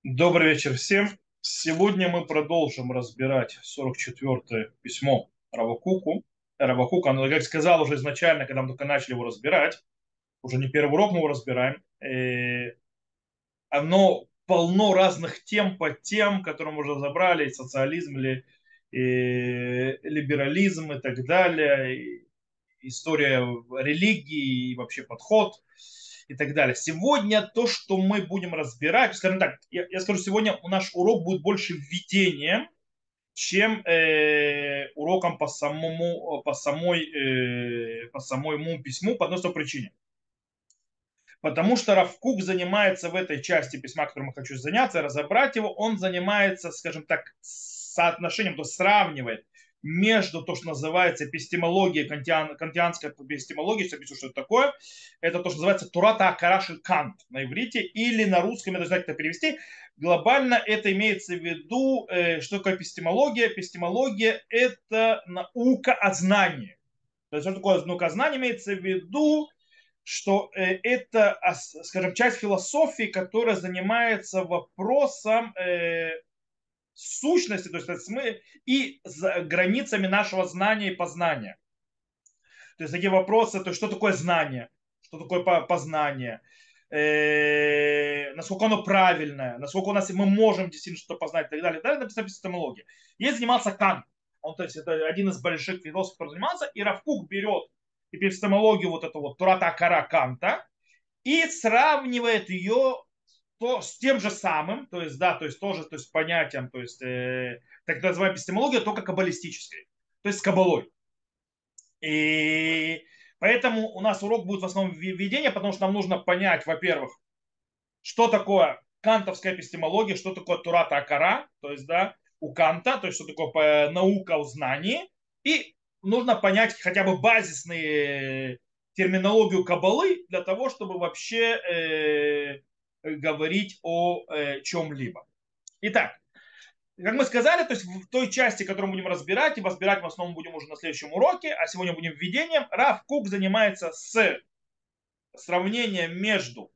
Добрый вечер всем. Сегодня мы продолжим разбирать 44-е письмо Равакуку. Равакука, оно, как сказал уже изначально, когда мы только начали его разбирать, уже не первый урок мы его разбираем, оно полно разных тем по тем, которые мы уже разобрали, и социализм, или либерализм и так далее, и история религии и вообще подход и так далее. Сегодня то, что мы будем разбирать, скажем так, я скажу, сегодня наш урок будет больше введением, чем уроком по самому письму по одной простой причине. Потому что Рав Кук занимается в этой части письма, которым я хочу заняться, разобрать его, он занимается, скажем так, соотношением, то сравнивает между то, что называется эпистемологией, кантианской эпистемологией, я объясню, что это такое. Это то, что называется Турата Акараши Кант на иврите, или на русском, я даже знаю, как это перевести. Глобально это имеется в виду, что такое эпистемология. Эпистемология – это наука о знании. То есть, что такое наука о знании, имеется в виду, что это, скажем, часть философии, которая занимается вопросом сущности, то есть мы и за границами нашего знания и познания. То есть такие вопросы, то есть что такое знание, что такое познание, насколько оно правильное, насколько у нас мы можем действительно что-то познать и так далее. Далее написано эпистемология. Ей занимался Кант. Он, то есть, это один из больших философов, который занимался. И Равкук берет эпистемологию вот эту вот Турата Акара Канта и сравнивает ее с тем же самым, то есть, да, то есть тоже, то есть понятием, то есть, так называемая эпистемология, только каббалистической, то есть с каббалой. И поэтому у нас урок будет в основном введение, потому что нам нужно понять, во-первых, что такое кантовская эпистемология, что такое Турата Акара, то есть, да, у Канта, то есть, что такое наука о знании, и нужно понять хотя бы базисные терминологию Каббалы для того, чтобы вообще говорить о чем-либо. Итак, как мы сказали, то есть в той части, которую мы будем разбирать, и разбирать в основном будем уже на следующем уроке, а сегодня будем введением, Рав Кук занимается с сравнением между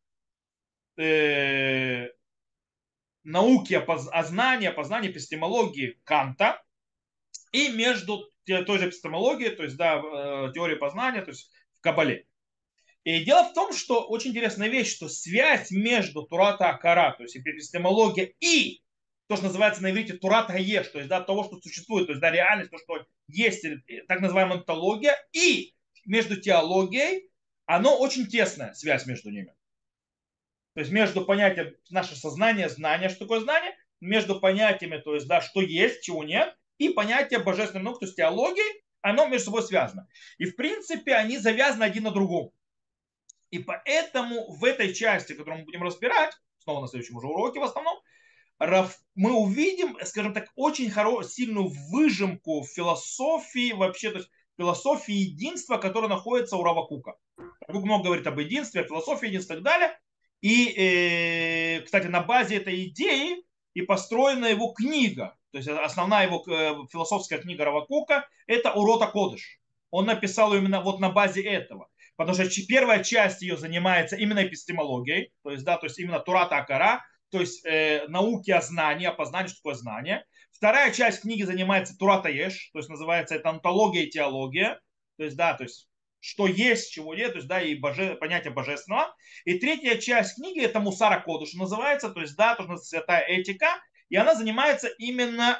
э, науки о знании, познании эпистемологии Канта и между той же эпистемологией, то есть да, теорией познания, то есть в Кабале. И дело в том, что очень интересная вещь, что связь между Турата Акара, то есть эпистемология, и то, что называется на иврите Турата Еш, то есть да, того, что существует, то есть да, реальность, то, что есть, так называемая онтология, и между теологией, оно очень тесная связь между ними. То есть между понятием наше сознание, знание, что такое знание, между понятиями, то есть да, что есть, чего нет, и понятие божественной науки, то есть теологии, оно между собой связано. И в принципе они завязаны один на другом. И поэтому в этой части, которую мы будем разбирать, снова на следующем уже уроке в основном, мы увидим, скажем так, очень сильную выжимку философии вообще, то есть философии единства, которая находится у Равакука. Равакук много говорит об единстве, о философии единства и так далее. И, кстати, на базе этой идеи и построена его книга. То есть основная его философская книга Равакука – это Урота Кодыш. Он написал ее именно вот на базе этого. Потому что первая часть ее занимается именно эпистемологией, то есть, да, то есть именно Турата Акара, то есть науки о знании, о познании, что такое знание. Вторая часть книги занимается Турата Еш, то есть называется это антология и теология, то есть, да, то есть что есть, чего нет, то есть, да, и понятие божественного. И третья часть книги это Мусара Кодыш называется, то есть, да, то, что святая этика, и она занимается именно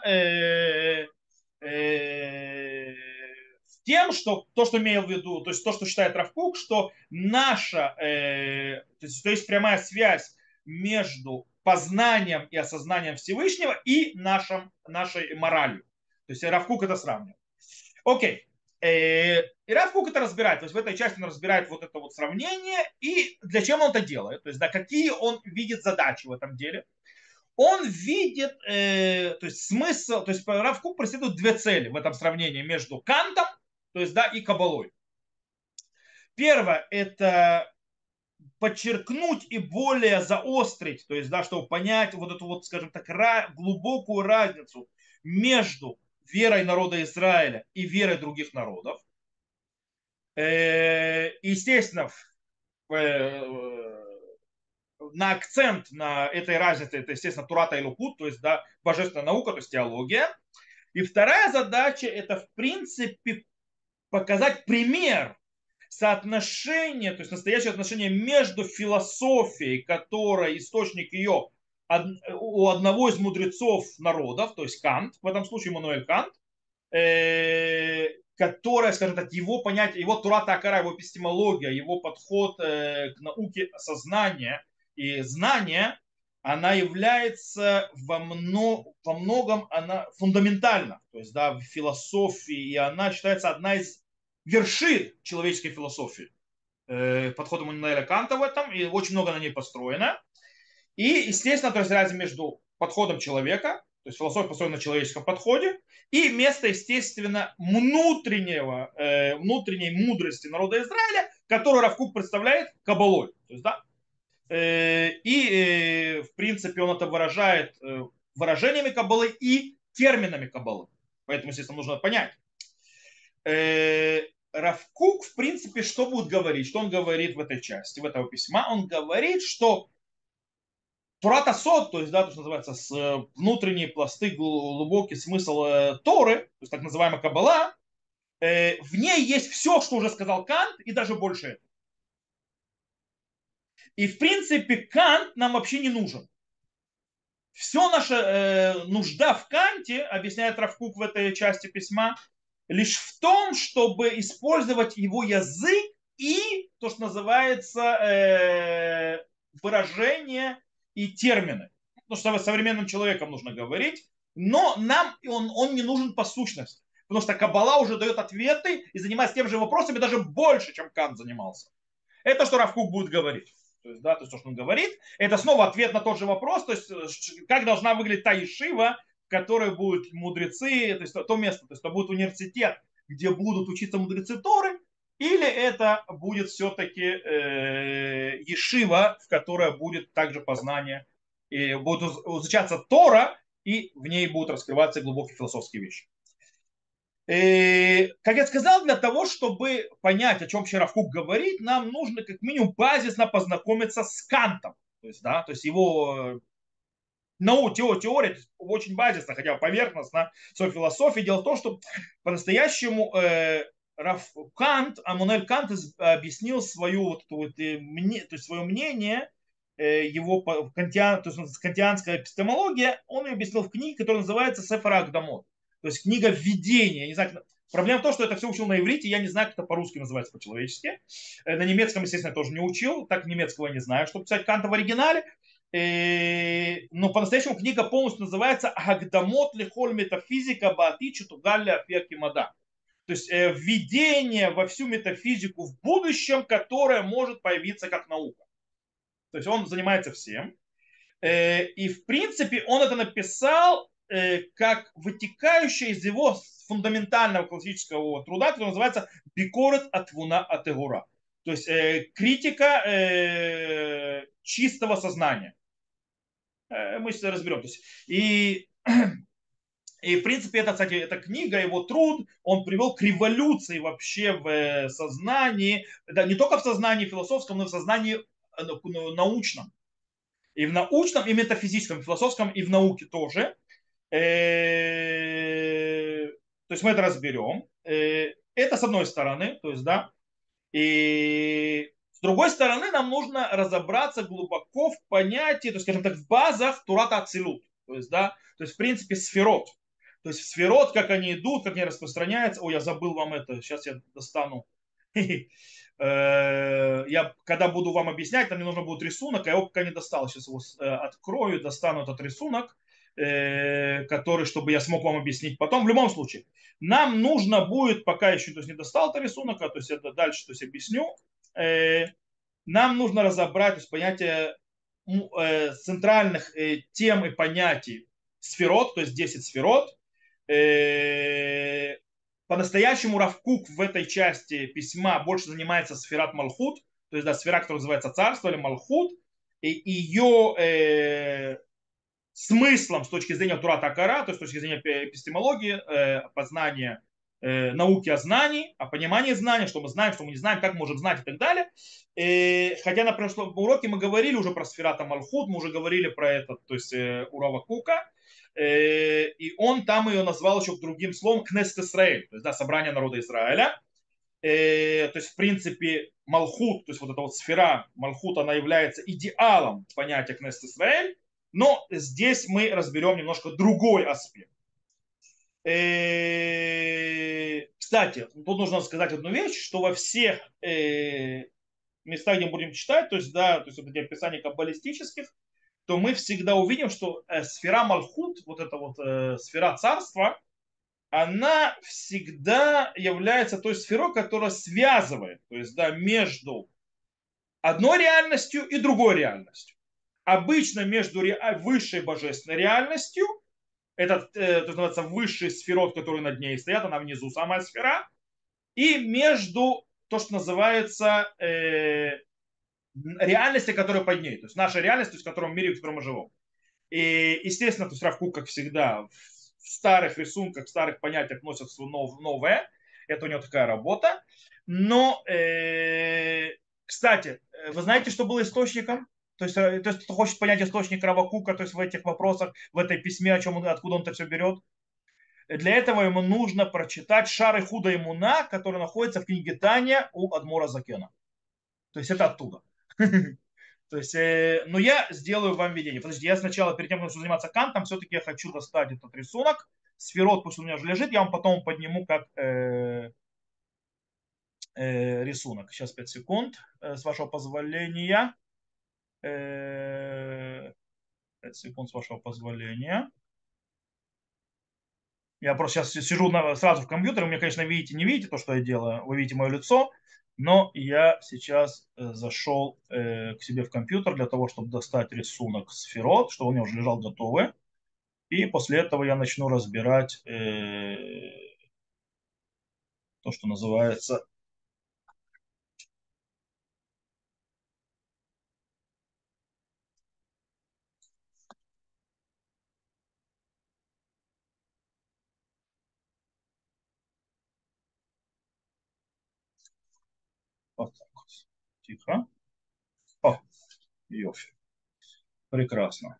тем, что то, что имел в виду, то есть то, что считает Равкук, что наша, то есть прямая связь между познанием и осознанием Всевышнего и нашей моралью. То есть Равкук это сравнивает. Окей. И Равкук это разбирает. То есть в этой части он разбирает вот это вот сравнение и для чего он это делает. То есть да, какие он видит задачи в этом деле. Он видит, то есть смысл, то есть Рав Кук преследует две цели в этом сравнении между Кантом, то есть да, и Кабалой. Первое – это подчеркнуть и более заострить, то есть, да, чтобы понять вот эту вот, скажем так, глубокую разницу между верой народа Израиля и верой других народов. Естественно, на акцент на этой разнице, это, естественно, Турата и Лукут, то есть, да, божественная наука, то есть теология. И вторая задача – это, в принципе, показать пример соотношения, то есть настоящее отношение между философией, которая источник ее у одного из мудрецов народов, то есть Кант, в этом случае Иммануэль Кант, которая, скажем так, его понятие, его Турата Акара, его эпистемология, его подход к науке сознания и знания, она является во многом она фундаментальна, то есть да, в философии, и она считается одна из вершин человеческой философии. Подход Иммануэля Канта в этом, и очень много на ней построено. И, естественно, то есть разница между подходом человека, то есть философия построена на человеческом подходе, и место, естественно, внутренней мудрости народа Израиля, которую Рав Кук представляет кабалой. То есть, да, в принципе, он это выражает выражениями кабалы и терминами кабалы. Поэтому, естественно, нужно понять. Рав Кук, в принципе, что будет говорить? Что он говорит в этой части, в этого письма? Он говорит, что Турата Сод, то есть, да, то, что называется, внутренние пласты, глубокий смысл Торы, то есть так называемая Каббала, в ней есть все, что уже сказал Кант, и даже больше этого. И, в принципе, Кант нам вообще не нужен. Все наша нужда в Канте, объясняет Рав Кук в этой части письма, лишь в том, чтобы использовать его язык и то, что называется выражение и термины. Потому что современным человеком нужно говорить, но нам он не нужен по сущности. Потому что Каббала уже дает ответы и занимается тем же вопросами даже больше, чем Кант занимался. Это что Рав Кук будет говорить. То есть, да, то есть то, что он говорит, это снова ответ на тот же вопрос, то есть как должна выглядеть та ешива, в которой будут мудрецы, то есть то место, то есть это будет университет, где будут учиться мудрецы Торы, или это будет все-таки ешива, в которой будет также познание, и будут изучаться Тора, и в ней будут раскрываться глубокие философские вещи. И, как я сказал, для того, чтобы понять, о чем вообще Рав Кук говорит, нам нужно как минимум базисно познакомиться с Кантом. То есть, да, то есть его теория очень базисна, хотя поверхностно, своей философии. Дело в том, что по-настоящему Кант, Иммануэль Кант объяснил свое, то есть свое мнение, его то есть кантианская эпистемология, он ее объяснил в книге, которая называется Сефер Агдамот. То есть книга введения. Я не знаю, проблема в том, что это все учил на иврите, я не знаю, как это по-русски называется по-человечески. На немецком, естественно, я тоже не учил, так немецкого я не знаю, чтобы писать Канта в оригинале. Но по-настоящему книга полностью называется «Агдамот лихоль метафизика баати чутугалля афиакимада». То есть введение во всю метафизику в будущем, которое может появиться как наука. То есть он занимается всем. И в принципе он это написал как вытекающее из его фундаментального классического труда, который называется «Бикорет атвуна атегура». То есть критика чистого сознания. Мы сейчас разберем. То есть, и в принципе, это, кстати, эта книга, его труд, он привел к революции вообще в сознании, да, не только в сознании философском, но и в сознании научном. И в научном, и метафизическом, и философском, и в науке тоже. То есть мы это разберем. Это с одной стороны, то есть, да. И с другой стороны, нам нужно разобраться глубоко в понятии, то есть, скажем так, в базах Турата Ацилут. То есть, да, то есть, в принципе, сферот. То есть, сферот, как они идут, как они распространяются. Ой, я забыл вам это, сейчас я достану. Я, когда буду вам объяснять, там мне нужно будет рисунок, а я его пока не достал. Сейчас его открою, достану этот рисунок, который, чтобы я смог вам объяснить потом. В любом случае, нам нужно будет, пока еще то есть, не достал этот рисунок, то есть это дальше то есть, объясню, нам нужно разобрать то есть, понятие центральных тем и понятий сферот, то есть 10 сферот. По-настоящему Рав Кук в этой части письма больше занимается сферат Малхут, то есть да, сфера, которая называется царство или Малхут, и ее смыслом с точки зрения Турата Акара, то есть с точки зрения эпистемологии, познания науки о знании, о понимании знания, что мы знаем, что мы не знаем, как мы можем знать и так далее. Хотя на прошлом уроке мы говорили уже про Сферата Малхут, мы уже говорили про этот, то есть Урава Кука, и он там ее назвал еще другим словом Кнессет Исраэль, то есть да, собрание народа Израиля. То есть в принципе Малхут, то есть вот эта вот сфера Малхут, она является идеалом понятия Кнессет Исраэль, но здесь мы разберем немножко другой аспект. Кстати, тут нужно сказать одну вещь, что во всех местах, где мы будем читать, то есть, да, то есть вот эти описания каббалистических, то мы всегда увидим, что сфера Малхут, вот эта вот сфера царства, она всегда является той сферой, которая связывает, то есть, да, между одной реальностью и другой реальностью. Обычно между высшей божественной реальностью, это то называется высший сферот, который над ней стоят, она внизу самая сфера, и между то, что называется реальности, которая под ней. То есть наша реальность, то есть в котором мире, в котором мы живем. И, естественно, то есть Раф Кук, как всегда, в старых рисунках, в старых понятиях носят новое. Это у него такая работа. Но, кстати, вы знаете, что было источником? То есть кто хочет понять источник Рава Кука, то есть в этих вопросах, в этой письме, о чем он, откуда он это все берет. Для этого ему нужно прочитать Шары Худа Имуна, который находится в книге Таня у Адмора Закена. То есть это оттуда. То есть, но я сделаю вам видение. Подождите, я сначала, перед тем, как заниматься кантом, все-таки я хочу достать этот рисунок. Сферот пусть у меня уже лежит, я вам потом подниму как рисунок. Сейчас 5 секунд, с вашего позволения. 5 секунд, с вашего позволения. Я просто сейчас сижу сразу в компьютере, вы меня, конечно, видите, не видите то, что я делаю, вы видите мое лицо, но я сейчас зашел к себе в компьютер для того, чтобы достать рисунок сферот, что у меня уже лежал готовый. И после этого я начну разбирать то, что называется вот так вот. Тихо. О, Йофи. Прекрасно.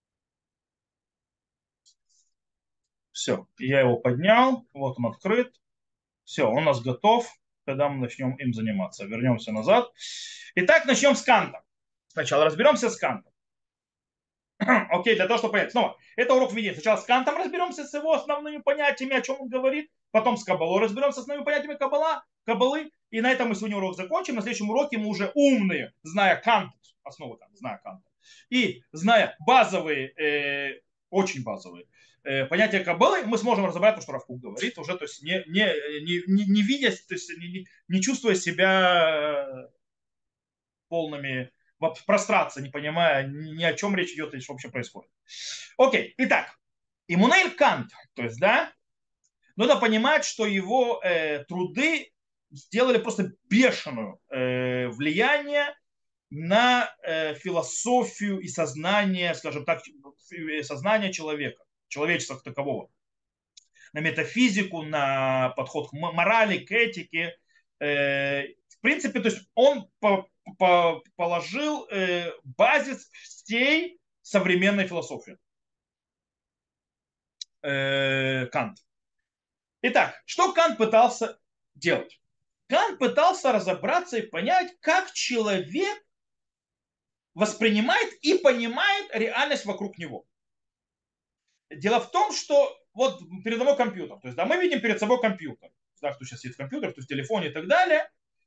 Все, я его поднял, вот он открыт. Все, он у нас готов, когда мы начнем им заниматься. Вернемся назад. Итак, начнем с Канта. Сначала разберемся с Кантом. Окей, для того, чтобы понять. Снова, это урок введения. Сначала с Кантом разберемся с его основными понятиями, о чем он говорит. Потом с Кабалой разберемся с основными понятиями Кабалы. И на этом мы сегодня урок закончим. На следующем уроке мы уже умные, зная Канта, основы Канта, зная Канта. И зная базовые, очень базовые понятия Кабалы, мы сможем разобрать то, что Раф Кук говорит, уже, то есть не видя, то есть не чувствуя себя полными в прострации, не понимая ни о чем речь идет и что вообще происходит. Окей, итак, Иммануэль Кант, то есть, да, надо понимать, что его труды сделали просто бешеное влияние на философию и сознание, скажем так, сознание человека, человечества как такового, на метафизику, на подход к морали, к этике. В принципе, то есть он положил базис всей современной философии. Кант. Итак, что Кант пытался делать? Кант пытался разобраться и понять, как человек воспринимает и понимает реальность вокруг него. Дело в том, что вот передо мной компьютер. То есть, да, мы видим перед собой компьютер. Да, кто сейчас сидит в компьютере, кто в телефоне и так далее.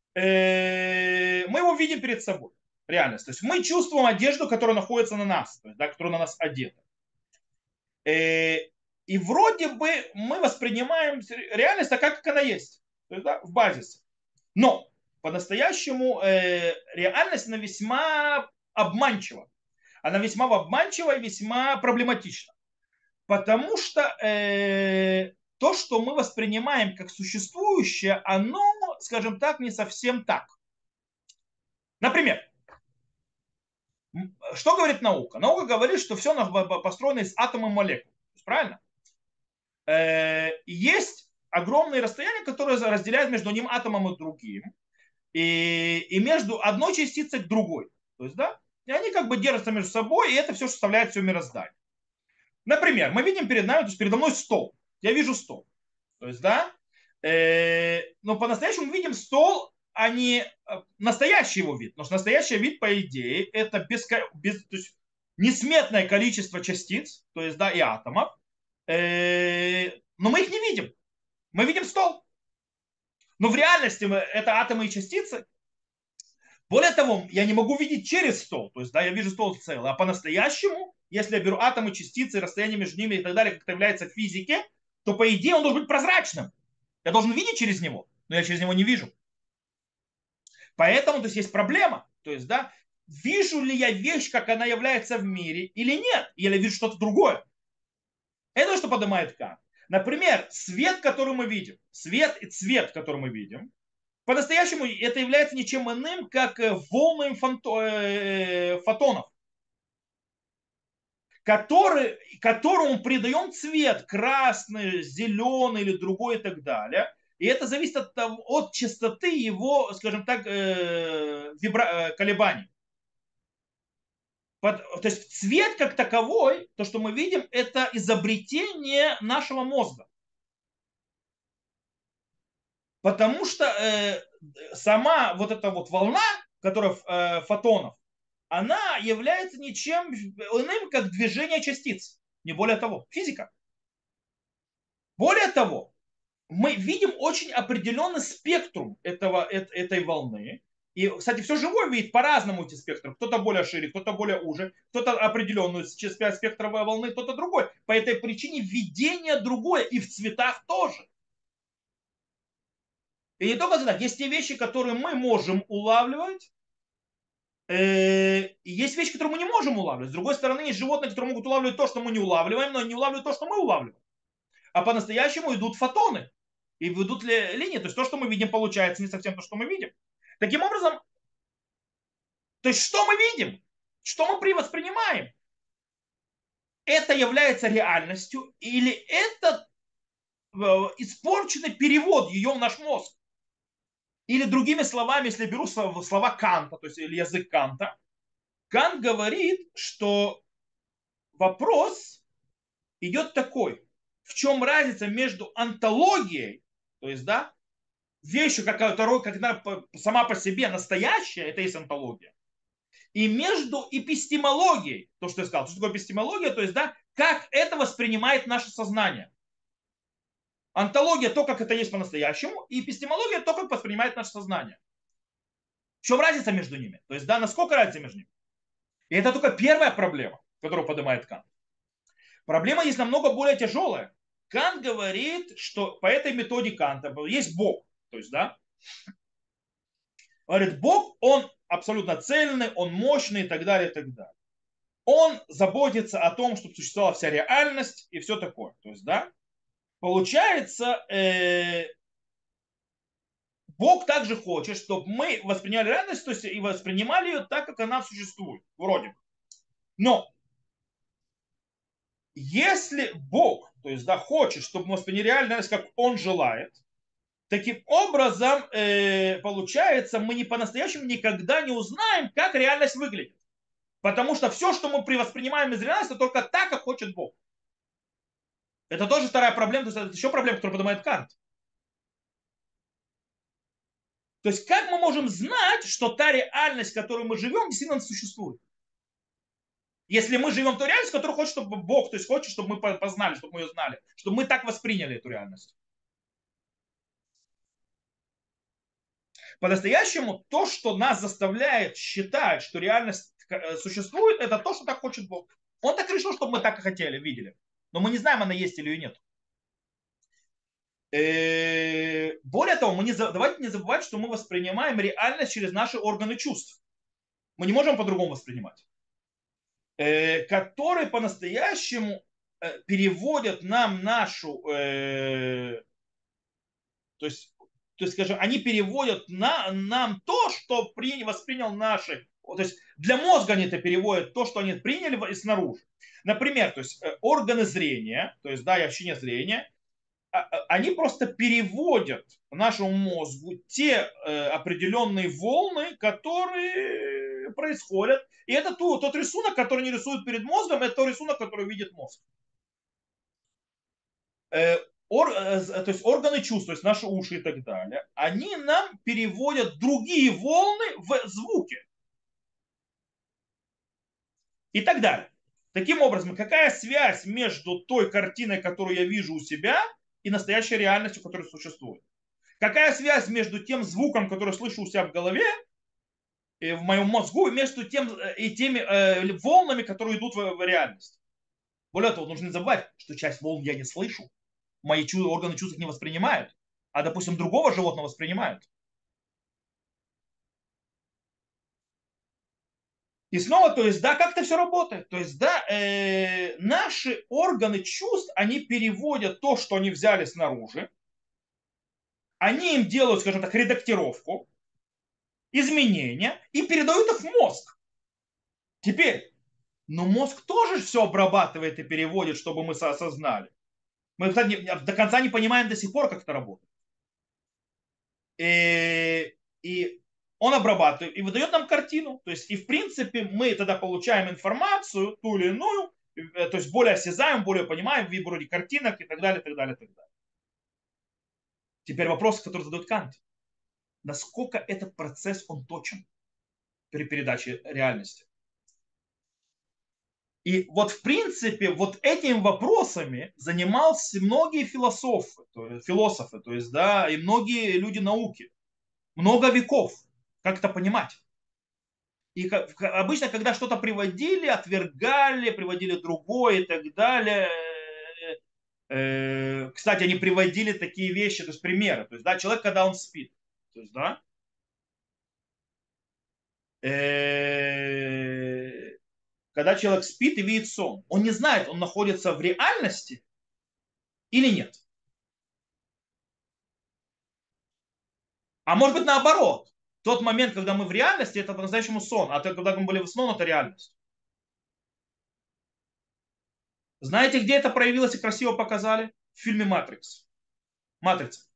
Мы его видим перед собой. Реальность. То есть мы чувствуем одежду, которая находится на нас, то есть, да, которая на нас одета. И вроде бы мы воспринимаем реальность так, как она есть. То есть, да, в базисе. Но по-настоящему реальность, она весьма обманчива. Она весьма обманчива и весьма проблематична. Потому что то, что мы воспринимаем как существующее, оно, скажем так, не совсем так. Например, что говорит наука? Наука говорит, что все построено из атома и молекул. Правильно? Есть огромные расстояния, которые разделяют между одним атомом и другим. и между одной частицей к другой. То есть, да, и они как бы держатся между собой, и это все составляет все мироздание. Например, мы видим перед нами, то есть передо мной стол. Я вижу стол. То есть, да, но по-настоящему мы видим стол, а не настоящий его вид. Потому что настоящий вид, по идее, это то есть несметное количество частиц, то есть, да, и атомов. Но мы их не видим. Мы видим стол. Но в реальности это атомы и частицы. Более того, я не могу видеть через стол. То есть, да, я вижу стол целый. А по-настоящему, если я беру атомы, частицы, расстояние между ними и так далее, как это является в физике, то, по идее, он должен быть прозрачным. Я должен видеть через него, но я через него не вижу. Поэтому, то есть, есть проблема. То есть, да, вижу ли я вещь, как она является в мире, или нет, или вижу что-то другое. Это то, что поднимает Кант. Например, свет, который мы видим, свет и цвет, который мы видим, по-настоящему это является ничем иным, как волны фотонов, которому придаем цвет красный, зеленый или другой и так далее. И это зависит от частоты его, скажем так, колебаний. То есть цвет как таковой, то, что мы видим, это изобретение нашего мозга. Потому что сама вот эта вот волна, которая фотонов, она является ничем иным, как движение частиц. Не более того. Физика. Более того, мы видим очень определенный спектрум этой волны. И, кстати, все живое видит по-разному эти спектры. Кто-то более шире, кто-то более уже, кто-то определенную часть спектровой волны, кто-то другой. По этой причине видение другое и в цветах тоже. И не только так, есть те вещи, которые мы можем улавливать, и есть вещи, которые мы не можем улавливать. С другой стороны, есть животные, которые могут улавливать то, что мы не улавливаем, но не улавливают то, что мы улавливаем. А по-настоящему идут фотоны и ведут линии. То есть то, что мы видим, получается не совсем то, что мы видим. Таким образом, то есть что мы видим? Что мы воспринимаем? Это является реальностью или это испорченный перевод ее в наш мозг? Или другими словами, если я беру слова Канта, то есть или язык Канта, Кант говорит, что вопрос идет такой. В чем разница между антологией, то есть, да, вещью, как она сама по себе настоящая, это есть антология, и между эпистемологией, то, что я сказал, что такое эпистемология, то есть, да, как это воспринимает наше сознание. Антология то, как это есть по-настоящему, и эпистемология то, как воспринимает наше сознание. В чем разница между ними? То есть, да, насколько разница между ними? И это только первая проблема, которую поднимает Кант. Проблема есть намного более тяжелая. Кант говорит, что по этой методе Канта есть Бог. То есть, да, говорит, Бог, он абсолютно цельный, он мощный и так далее, и так далее. Он заботится о том, чтобы существовала вся реальность и все такое. То есть, да, получается, Бог также хочет, чтобы мы восприняли реальность, то есть и воспринимали ее так, как она существует, вроде бы. Но если Бог, то есть, да, хочет, чтобы мы восприняли реальность, как Он желает, таким образом, получается, мы не по-настоящему никогда не узнаем, как реальность выглядит. Потому что все, что мы воспринимаем из реальности, только так, как хочет Бог. Это тоже вторая проблема, то есть это еще проблема, которую поднимает Кант. То есть как мы можем знать, что та реальность, в которой мы живем, действительно существует? Если мы живем в той реальности, которую хочет, чтобы Бог, то есть хочет, чтобы мы познали, чтобы мы ее знали, чтобы мы так восприняли эту реальность. По-настоящему то, что нас заставляет считать, что реальность существует, это то, что так хочет Бог. Он так решил, чтобы мы так и хотели, видели. Но мы не знаем, она есть или нет. Более того, давайте не забывать, что мы воспринимаем реальность через наши органы чувств. Мы не можем по-другому воспринимать. Которые по-настоящему переводят нам нашу, то есть, скажем, они переводят нам то, что воспринял наши, то есть для мозга они это переводят, то, что они приняли снаружи. Например, то есть органы зрения, то есть, да, и ощущение зрения, они просто переводят нашему мозгу те определенные волны, которые происходят. И это тот рисунок, который они рисуют перед мозгом, это тот рисунок, который видит мозг. Э, то есть органы чувств, то есть наши уши и так далее, они нам переводят другие волны в звуки и так далее. Таким образом, какая связь между той картиной, которую я вижу у себя, и настоящей реальностью, которая существует? Какая связь между тем звуком, который слышу у себя в голове, и в моем мозгу, и между тем и теми волнами, которые идут в реальность? Более того, нужно не забывать, что часть волн я не слышу. Мои органы чувств их не воспринимают, а, допустим, другого животного воспринимают. И снова, то есть, да, как это все работает. То есть, да, наши органы чувств, они переводят то, что они взяли снаружи, они им делают, скажем так, редактировку, изменения и передают их в мозг. Теперь, но мозг тоже все обрабатывает и переводит, чтобы мы осознали. Мы, кстати, до конца не понимаем до сих пор, как это работает. И он обрабатывает и выдает нам картину. То есть, и в принципе, мы тогда получаем информацию, ту или иную, то есть более осязаем, более понимаем в виде вроде картинок и так далее, и так далее, и так далее. Теперь вопрос, который задает Кант. Насколько этот процесс, он точен при передаче реальности? И вот в принципе вот этими вопросами занимались многие философы, то есть, да, и многие люди науки, много веков. Как это понимать? И обычно, когда что-то приводили, отвергали, приводили другое и так далее. Кстати, они приводили такие вещи, то есть примеры. То есть, да, человек, когда он спит, то есть, да, когда человек спит и видит сон, он не знает, он находится в реальности или нет. А может быть наоборот. Тот момент, когда мы в реальности, это по-настоящему сон. А то, когда мы были в сном, это реальность. Знаете, где это проявилось и красиво показали? В фильме «Матрикс». «Матрица».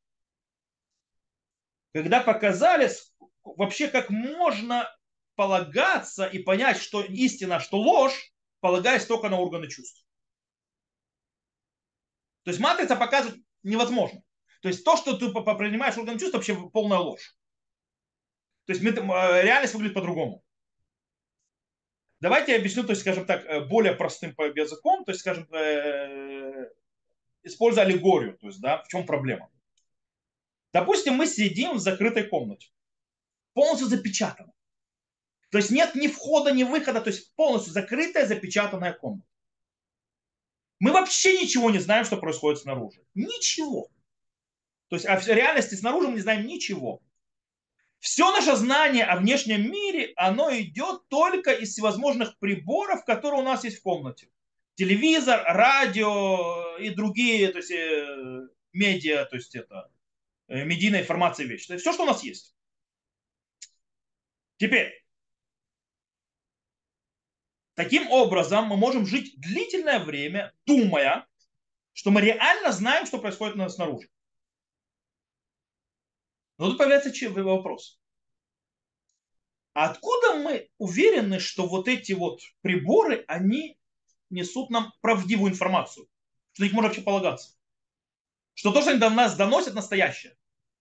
Когда показали вообще, как можно полагаться и понять, что истина, а что ложь, полагаясь только на органы чувств. То есть «Матрица» показывает невозможно. То есть то, что ты принимаешь органы чувств, вообще полная ложь. То есть реальность выглядит по-другому. Давайте я объясню, то есть, скажем так, более простым языком, то есть, скажем, используя аллегорию, то есть, да, в чем проблема. Допустим, мы сидим в закрытой комнате, полностью запечатано. То есть нет ни входа, ни выхода, то есть полностью закрытая, запечатанная комната. Мы вообще ничего не знаем, что происходит снаружи. Ничего. То есть о реальности снаружи мы не знаем ничего. Все наше знание о внешнем мире, оно идет только из всевозможных приборов, которые у нас есть в комнате. Телевизор, радио и другие, то есть медиа, то есть это медийная информация вещь. То есть все, что у нас есть. Теперь, таким образом мы можем жить длительное время, думая, что мы реально знаем, что происходит снаружи. Но тут появляется вопрос. А откуда мы уверены, что вот эти вот приборы, они несут нам правдивую информацию? Что на них можно вообще полагаться? Что то, что они до нас доносят, настоящее?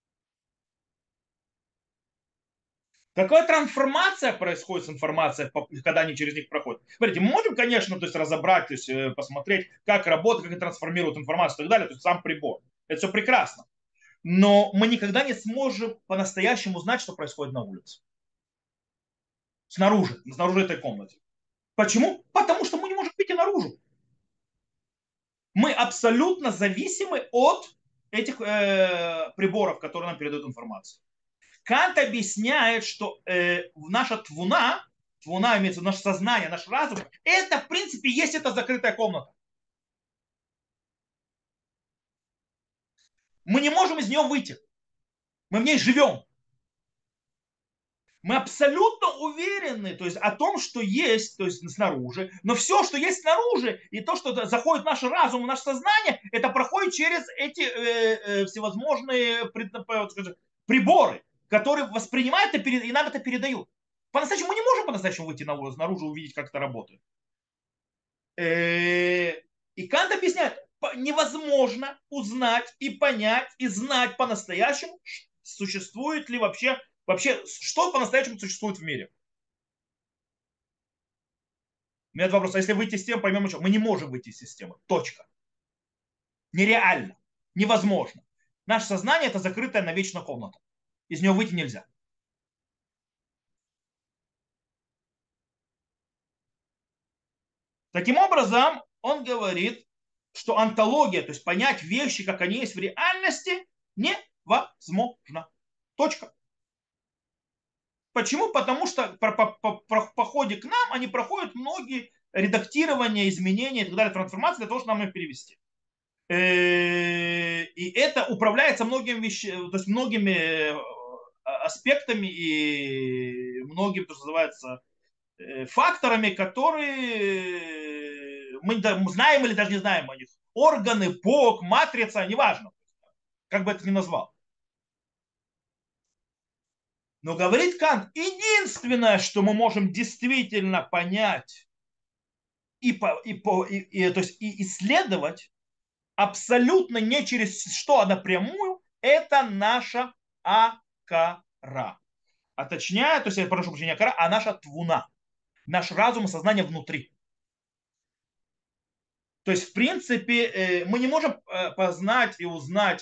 Какая трансформация происходит с информацией, когда они через них проходят? Смотрите, мы можем, конечно, то есть разобрать, то есть посмотреть, как работает, как они трансформируют информацию и так далее, то есть сам прибор. Это все прекрасно. Но мы никогда не сможем по-настоящему знать, что происходит на улице. Снаружи этой комнаты. Почему? Потому что мы не можем выйти наружу. Мы абсолютно зависимы от этих приборов, которые нам передают информацию. Кант объясняет, что наша твуна имеется в виду наше сознание, наш разум, это в принципе есть эта закрытая комната. Мы не можем из нее выйти. Мы в ней живем. Мы абсолютно уверены, то есть о том, что есть, то есть снаружи, но все, что есть снаружи, и то, что заходит в наш разум, в наше сознание, это проходит через эти всевозможные приборы, которые воспринимают и нам это передают. По-настоящему мы не можем по-настоящему выйти наружу, увидеть, как это работает. И Кант объясняет, невозможно узнать и понять и знать по-настоящему, существует ли вообще, что по-настоящему существует в мире. У меня два вопроса. Если выйти из системы, поймем, что мы не можем выйти из системы. Точка. Нереально. Невозможно. Наше сознание это закрытая навечно комната. Из нее выйти нельзя. Таким образом, он говорит, что онтология, то есть понять вещи, как они есть в реальности, невозможно. Точка. Почему? Потому что по ходе к нам они проходят многие редактирования, изменения и так далее, трансформации для того, чтобы нам их перевести. И это управляется многими вещами, то есть многими аспектами и многими, то, что называется, факторами, которые мы знаем или даже не знаем о них. Органы, Бог, матрица, неважно, как бы это ни назвал. Но говорит Кант, единственное, что мы можем действительно понять то есть, и исследовать абсолютно не через что, а напрямую, это наша акара. А точнее, то есть, я прошу прощения, акара, а наша твуна. Наш разум и сознание внутри. То есть, в принципе, мы не можем познать и узнать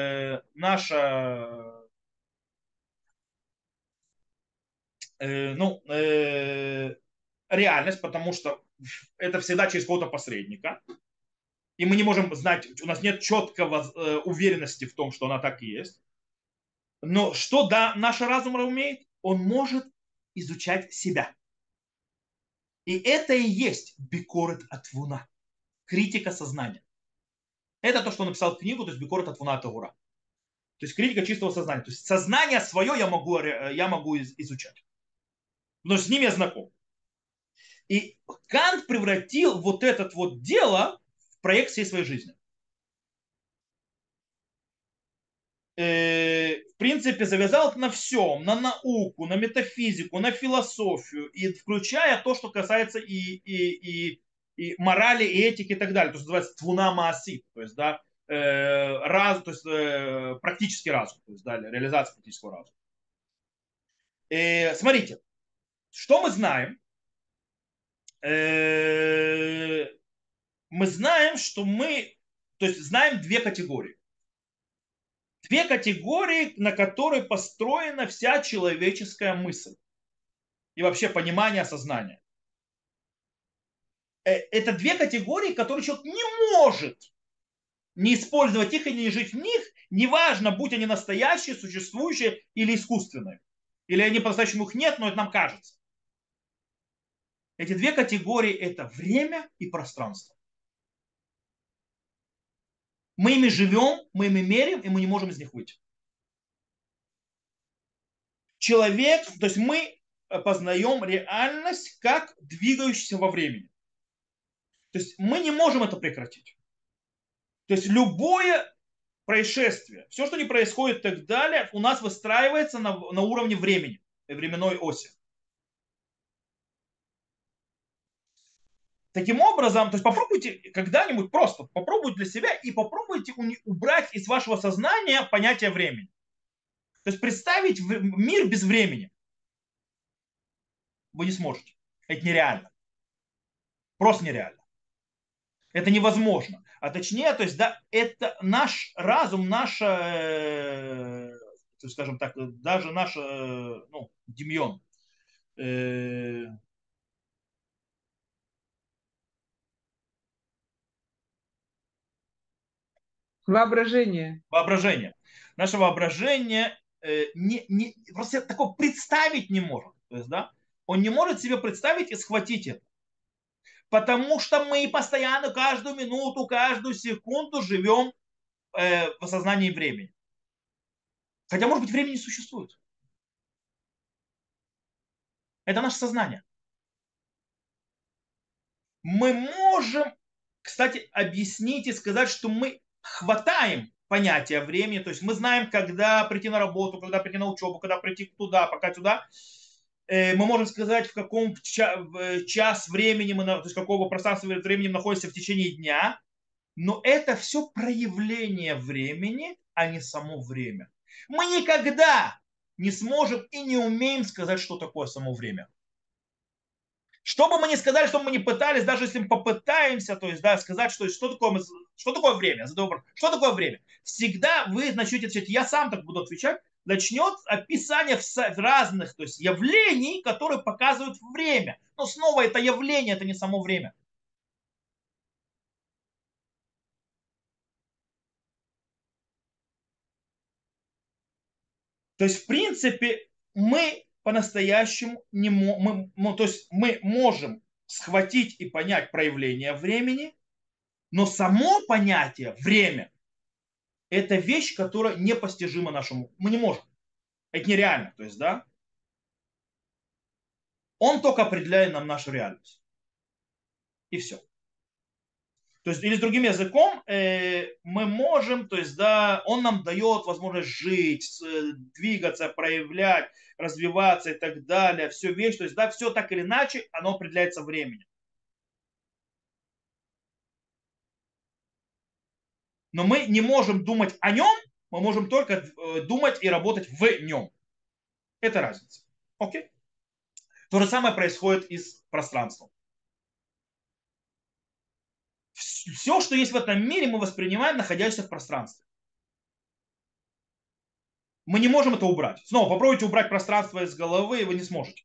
ну, реальность, потому что это всегда через какого-то посредника. И мы не можем знать, у нас нет четкого уверенности в том, что она так и есть. Но что да, наш разум умеет? Он может изучать себя. И это и есть бикорет атвуна, критика сознания. Это то, что он написал в книгу, то есть бикорет атвуна тагура. То есть критика чистого сознания. То есть сознание свое я могу изучать. Но с ним я знаком. И Кант превратил вот это вот дело в проект всей своей жизни. В принципе, завязал на всем, на науку, на метафизику, на философию, и включая то, что касается и морали, и этики и так далее. То, что называется твуна мааси, то есть, да, то есть, практический разум, то есть, да, реализация практического разума. Смотрите, что мы знаем? Мы знаем, что то есть, знаем две категории. Две категории, на которые построена вся человеческая мысль и вообще понимание сознания. Это две категории, которые человек не может не использовать их и не жить в них, неважно, будь они настоящие, существующие или искусственные. Или они по-настоящему их нет, но это нам кажется. Эти две категории – это время и пространство. Мы ими живем, мы ими меряем, и мы не можем из них выйти. Человек, то есть мы познаем реальность как двигающуюся во времени. То есть мы не можем это прекратить. То есть любое происшествие, все, что не происходит и так далее, у нас выстраивается на уровне времени, временной оси. Таким образом, то есть попробуйте когда-нибудь просто, попробуйте для себя и попробуйте убрать из вашего сознания понятие времени. То есть представить мир без времени вы не сможете. Это нереально. Просто нереально. Это невозможно. А точнее, то есть, да, это наш разум, скажем так, даже наш, ну, демьон, Воображение. воображение. Наше воображение просто такого представить не может. То есть, да, он не может себе представить и схватить это. Потому что мы постоянно, каждую минуту, каждую секунду живем в осознании времени. Хотя, может быть, времени не существует. Это наше сознание. Мы можем, кстати, объяснить и сказать, что мы хватаем понятия времени, то есть мы знаем, когда прийти на работу, когда прийти на учебу, когда прийти туда, пока сюда. Мы можем сказать, в каком час времени мы, то есть какого пространства времени мы находимся в течение дня, но это все проявление времени, а не само время. Мы никогда не сможем и не умеем сказать, что такое само время. Что бы мы ни сказали, что бы мы ни пытались, даже если мы попытаемся, то есть, да, сказать, что такое, что такое время, что такое время, всегда вы начнете отвечать, я сам так буду отвечать, начнет описание разных, то есть явлений, которые показывают время. Но снова это явление, это не само время. То есть, в принципе, мы по-настоящему не то есть мы можем схватить и понять проявление времени, но само понятие время это вещь, которая непостижима нашему. Мы не можем. Это нереально. То есть, да, он только определяет нам нашу реальность. И все. То есть, или с другим языком, мы можем, то есть, да, он нам дает возможность жить, двигаться, проявлять, развиваться и так далее. Все вещь, то есть, да, все так или иначе, оно определяется временем. Но мы не можем думать о нем, мы можем только думать и работать в нем. Это разница. Окей? То же самое происходит и с пространством. Все, что есть в этом мире, мы воспринимаем, находясь в пространстве. Мы не можем это убрать. Снова попробуйте убрать пространство из головы, и вы не сможете.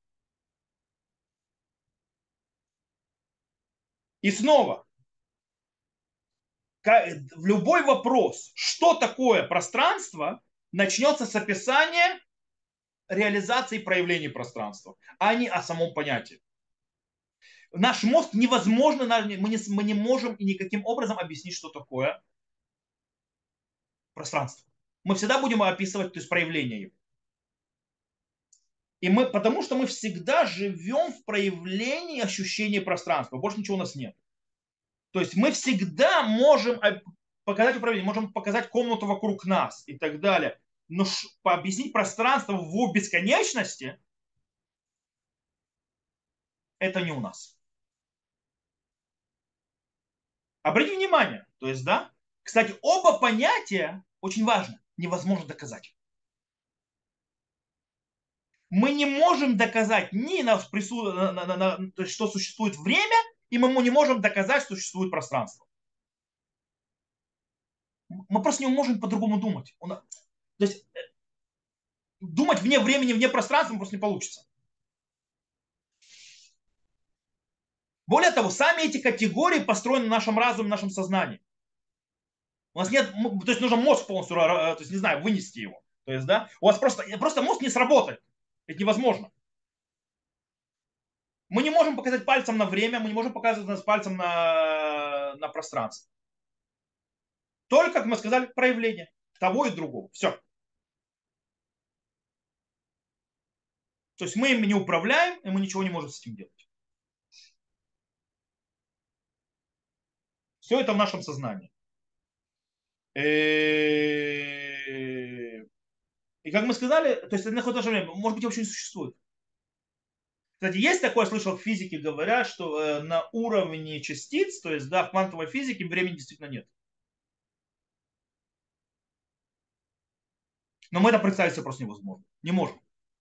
И снова, в любой вопрос, что такое пространство, начнется с описания реализации проявлений пространства, а не о самом понятии. Наш мозг невозможно, мы не можем и никаким образом объяснить, что такое пространство. Мы всегда будем описывать, то есть проявление его. И мы, потому что мы всегда живем в проявлении ощущения пространства. Больше ничего у нас нет. То есть мы всегда можем показать управление, можем показать комнату вокруг нас и так далее. Но объяснить пространство в бесконечности, это не у нас. Обратите внимание, то есть, да, кстати, оба понятия очень важны, невозможно доказать. Мы не можем доказать ни то есть, что существует время, и мы не можем доказать, что существует пространство. Мы просто не можем по-другому думать. То есть думать вне времени, вне пространства просто не получится. Более того, сами эти категории построены в нашем разуме, в нашем сознании. У нас нет, то есть нужно мозг полностью, то есть не знаю, вынести его. То есть, да, у вас просто мозг не сработает. Это невозможно. Мы не можем показать пальцем на время, мы не можем показывать нас пальцем на пространство. Только, как мы сказали, проявление того и другого. Все. То есть мы им не управляем, и мы ничего не можем с этим делать. Все это в нашем сознании. И как мы сказали, то есть это находится в наше время, может быть, вообще не существует. Кстати, есть такое, слышал, в физике говорят, что на уровне частиц, то есть да, в квантовой физике времени действительно нет. Но мы это представить себе просто невозможно. Не можем.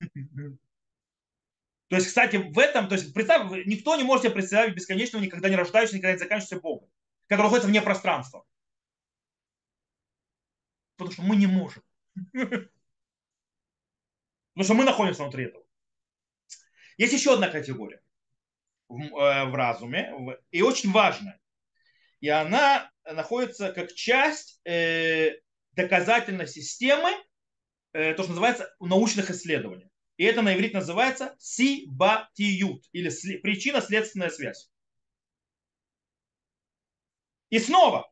То есть, кстати, в этом, то есть, представь, никто не может себе представить бесконечного, никогда не рождающегося, никогда не заканчивающегося Бога, который находится вне пространства. Потому что мы не можем. Потому что мы находимся внутри этого. Есть еще одна категория в разуме, и очень важная. И она находится как часть доказательной системы, то, что называется научных исследований. И это на иврите называется сибатиют, или причинно-следственная связь. И снова,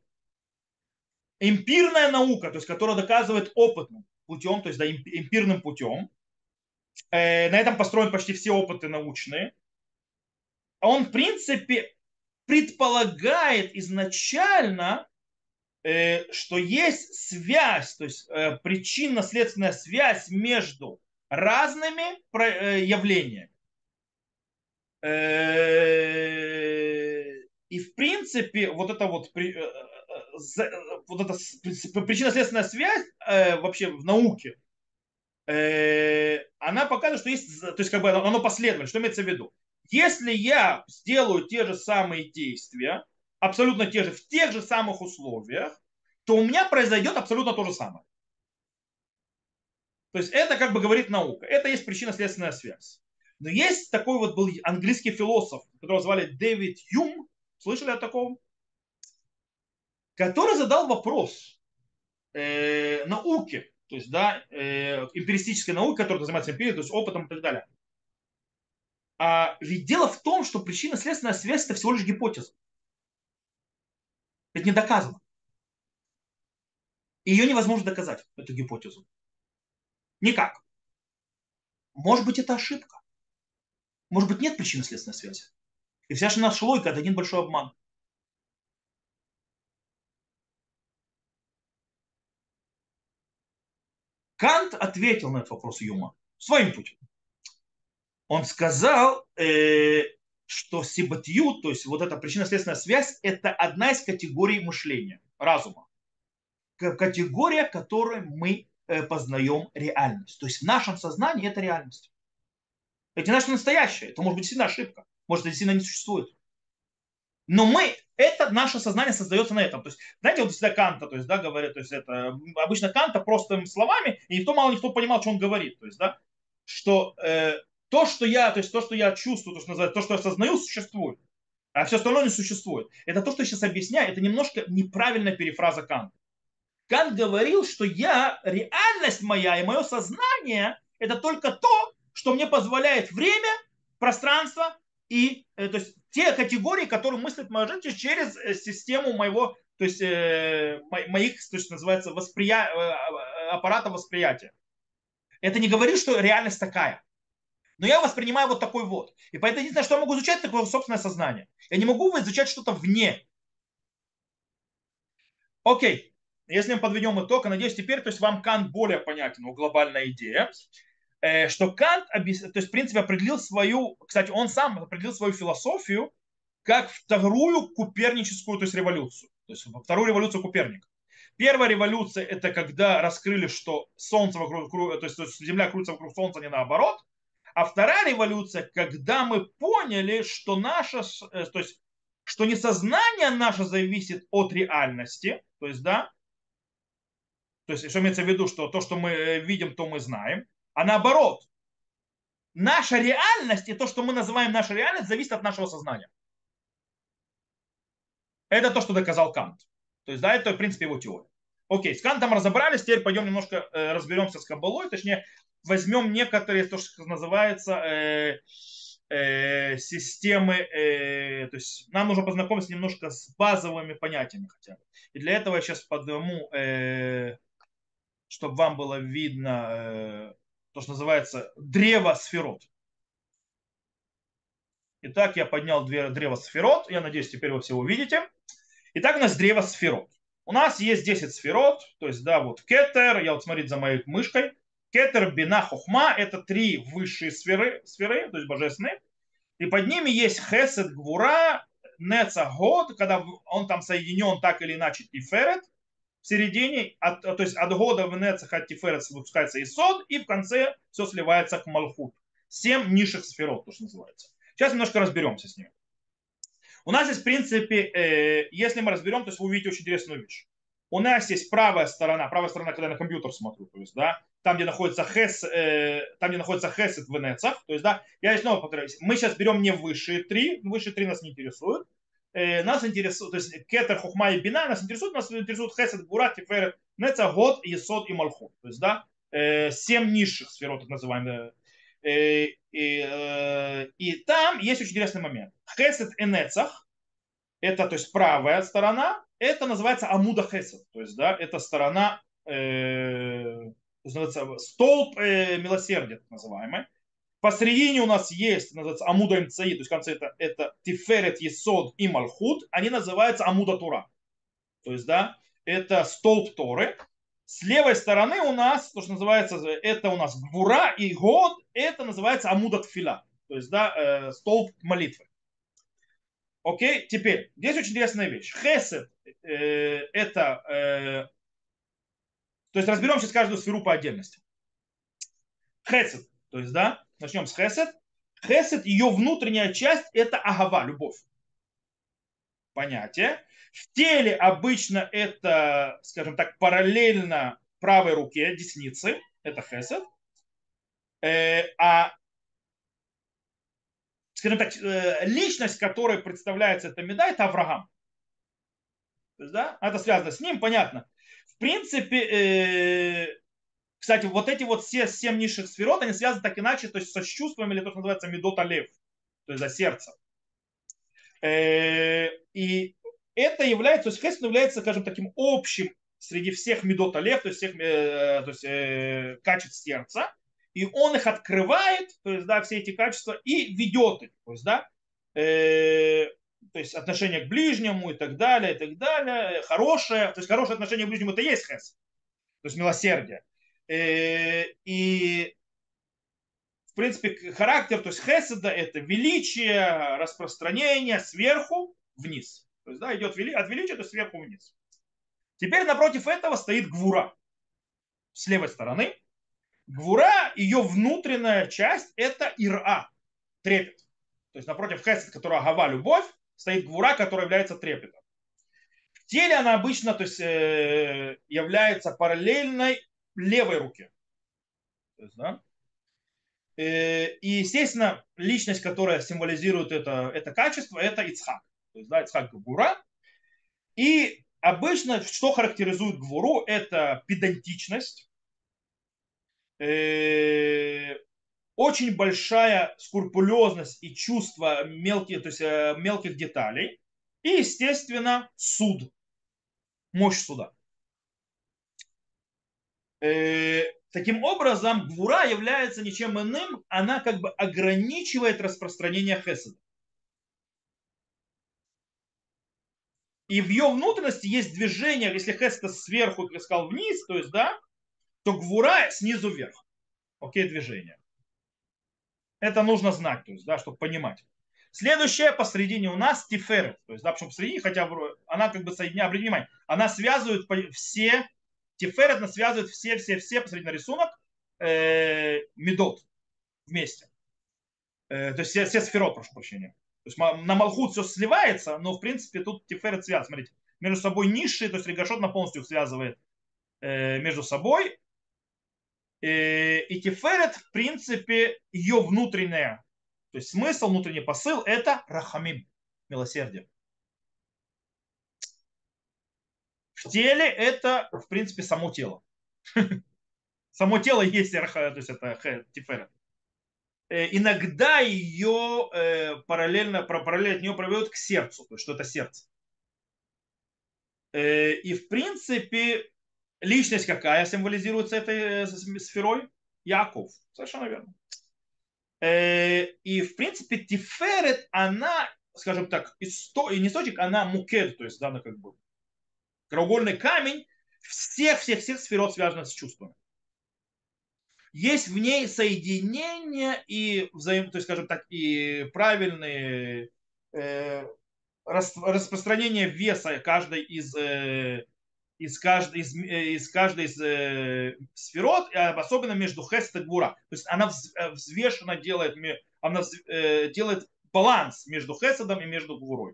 эмпирная наука, то есть, которая доказывает опытным путем, то есть да, эмпирным путем, На этом построены почти все опыты научные. Он, в принципе, предполагает изначально, что есть связь, то есть причинно-следственная связь между разными явлениями. И в принципе вот эта вот эта причинно-следственная связь вообще в науке, она показывает, что есть, то есть как бы оно последовательно. Что имеется в виду? Если я сделаю те же самые действия, абсолютно те же, в тех же самых условиях, то у меня произойдет абсолютно то же самое. То есть это как бы говорит наука. Это есть причинно-следственная связь. Но есть такой вот был английский философ, которого звали Дэвид Юм, слышали о таком? Который задал вопрос науке, то есть да, эмпиристической науке, которая занимается эмпирией, то есть опытом и так далее. А ведь дело в том, что причинно-следственная связь это всего лишь гипотеза. Это не доказано. И ее невозможно доказать, эту гипотезу. Никак. Может быть, это ошибка. Может быть, нет причинно-следственной связи. И вся же наша логика это один большой обман. Кант ответил на этот вопрос Юма своим путем. Он сказал, что сибатью, то есть вот эта причинно-следственная связь, это одна из категорий мышления, разума. Категория, которой мы познаем реальность. То есть в нашем сознании это реальность. Это не наше настоящее. Это может быть действительно ошибка. Может, это действительно не существует. Но наше сознание создается на этом. То есть, знаете, вот всегда Канта, то есть, да, говорят, то есть это обычно Канта простыми словами, и мало никто понимал, что он говорит. То есть, да, что то, что я, то есть то, что я чувствую, то, что называется, то, что я осознаю, существует. А все остальное не существует. Это то, что я сейчас объясняю, это немножко неправильная перефраза Канта. Кант говорил, что реальность моя и мое сознание, это только то, что мне позволяет время, пространство и то есть те категории, которые мыслит моя жизнь через систему моего, то есть моих, то есть называется аппарата восприятия. Это не говорит, что реальность такая. Но я воспринимаю вот такой вот. И поэтому единственное, что я могу изучать, такое собственное сознание. Я не могу изучать что-то вне. Окей. Если мы подведем итог, я надеюсь, теперь то есть вам Кант более понятен, его глобальная идея, что Кант, то есть, в принципе, определил свою, кстати, он сам определил свою философию как вторую куперническую, то есть революцию. То есть вторую революцию Куперника. Первая революция это когда раскрыли, что Солнце вокруг, то есть Земля крутится вокруг Солнца, не наоборот. А вторая революция, когда мы поняли, что то есть, что не сознание наше зависит от реальности, то есть, да, то есть, что имеется в виду, что то, что мы видим, то мы знаем, а наоборот, наша реальность и то, что мы называем нашей реальностью, зависит от нашего сознания. Это то, что доказал Кант. То есть, да, это, в принципе, его теория. Окей, с Кантом разобрались, теперь пойдем немножко разберемся с Каббалой, точнее, возьмем некоторые, то, что называется, системы, то есть нам нужно познакомиться немножко с базовыми понятиями хотя бы. И для этого я сейчас подниму, чтобы вам было видно, то, что называется древо сферот. Итак, я поднял древо сферот, я надеюсь, теперь вы все увидите. Итак, у нас древо сферот. У нас есть 10 сферот, то есть, да, вот кетер, я вот смотрите за моей мышкой, кетер, бина, хохма, это три высшие сферы, то есть божественные, и под ними есть хесед, гвура, неца, год, когда он там соединен так или иначе тиферет, в середине, то есть от года в нецах от тиферет выпускается исод, и в конце все сливается к малхут. 7 низших сферот, то, что называется. Сейчас немножко разберемся с ними. У нас есть, в принципе, если мы разберем, то есть вы увидите очень интересную вещь. У нас есть правая сторона, когда я на компьютер смотрю, то есть, да, там, где находится хесед в нецах, то есть, да, я снова повторяюсь, мы сейчас берем не высшие три нас не интересуют, нас интересует, то есть кетер, хухма и бина нас интересует хесед, гура, тиферет, нецах, год, есод и малхут, то есть, да, 7 низших сфер, так называемые. И там есть очень интересный момент. Хесед и нецах, это, то есть, правая сторона, это называется амуда хесед, то есть, да, это сторона называется столб милосердия, так называемый. Посередине у нас есть, называется Амуда МЦИ, то есть в конце это Тиферет, Есод и Малхут, они называются Амуда Тура. То есть, да, это столб Торы. С левой стороны у нас, то, что называется, это у нас Гвура и Год, это называется Амуда Тфила. То есть, да, столб молитвы. Окей, теперь, здесь очень интересная вещь. Хесед это, то есть разберем сейчас каждую сферу по отдельности. Хесед, то есть, да, начнем с Хесед. Хесед, ее внутренняя часть, это агава, любовь. Понятие. В теле обычно это, скажем так, параллельно правой руке, деснице, это хесед. А, скажем так, личность, которой представляется эта меда, это Авраам. То есть, да, это связано с ним, понятно. В принципе, кстати, вот эти вот все 7 низших сферот, они связаны так иначе, то есть со чувствами, или то, что называется медот алев, то есть за сердце. И это является, то есть хесед является, скажем, таким общим среди всех медот алев, то есть всех качеств сердца, и он их открывает, то есть, да, все эти качества, и ведет их, то есть, да, то есть отношение к ближнему и так далее, хорошее, то есть хорошее отношение к ближнему, это и есть хесед, то есть милосердие. И в принципе, характер, то есть хеседа, это величие, распространение сверху вниз. То есть, да, идет от величия, то есть сверху вниз. Теперь напротив этого стоит гвура. С левой стороны. Гвура, ее внутренняя часть, это ира, трепет. То есть напротив хесед, которая гава, любовь, стоит гвура, которая является трепетом. В теле она обычно, то есть, является параллельной левой руке. То есть, да, и, естественно, личность, которая символизирует это качество, это Ицхак. То есть, да, Ицхак Гвура. И обычно, что характеризует Гвуру, это педантичность, э, очень большая скрупулезность и чувство мелких, то есть, мелких деталей. И, естественно, суд, мощь суда. Таким образом, Гвура является ничем иным, она как бы ограничивает распространение хеседа. И в ее внутренности есть движение, если хеста сверху, как я сказал, вниз, то есть, да, то гвура снизу вверх. Окей, движение. Это нужно знать, то есть, да, чтобы понимать. Следующее посередине у нас тиферет. То есть, да, почему посередине, хотя она как бы соединяет, обратите внимание, она связывает все, тиферет, она связывает все посередине рисунок, медот вместе. То есть все сферот, прошу прощения. То есть на Малхут все сливается, но в принципе тут тиферет связан. Смотрите, между собой низшие, то есть Ригашот на полностью их связывает между собой. И Тиферет, в принципе, ее внутренняя, то есть смысл, внутренний посыл, это рахамим, милосердие. В теле это, в принципе, само тело. Само тело есть то есть это Тиферет. Иногда ее параллельно от нее проведут к сердцу, то есть что это сердце. И в принципе личность какая символизируется этой сферой? Яков. Совершенно верно. И в принципе Тиферет, она, скажем так, не источник, она мукед, то есть да, она как бы краеугольный камень всех сферот, связанных с чувствами. Есть в ней соединение и то есть, скажем так, и правильные распространение веса каждой из сферот, особенно между хест и гвура. То есть она взвешенно делает, она делает баланс между хеседом и между гвурой.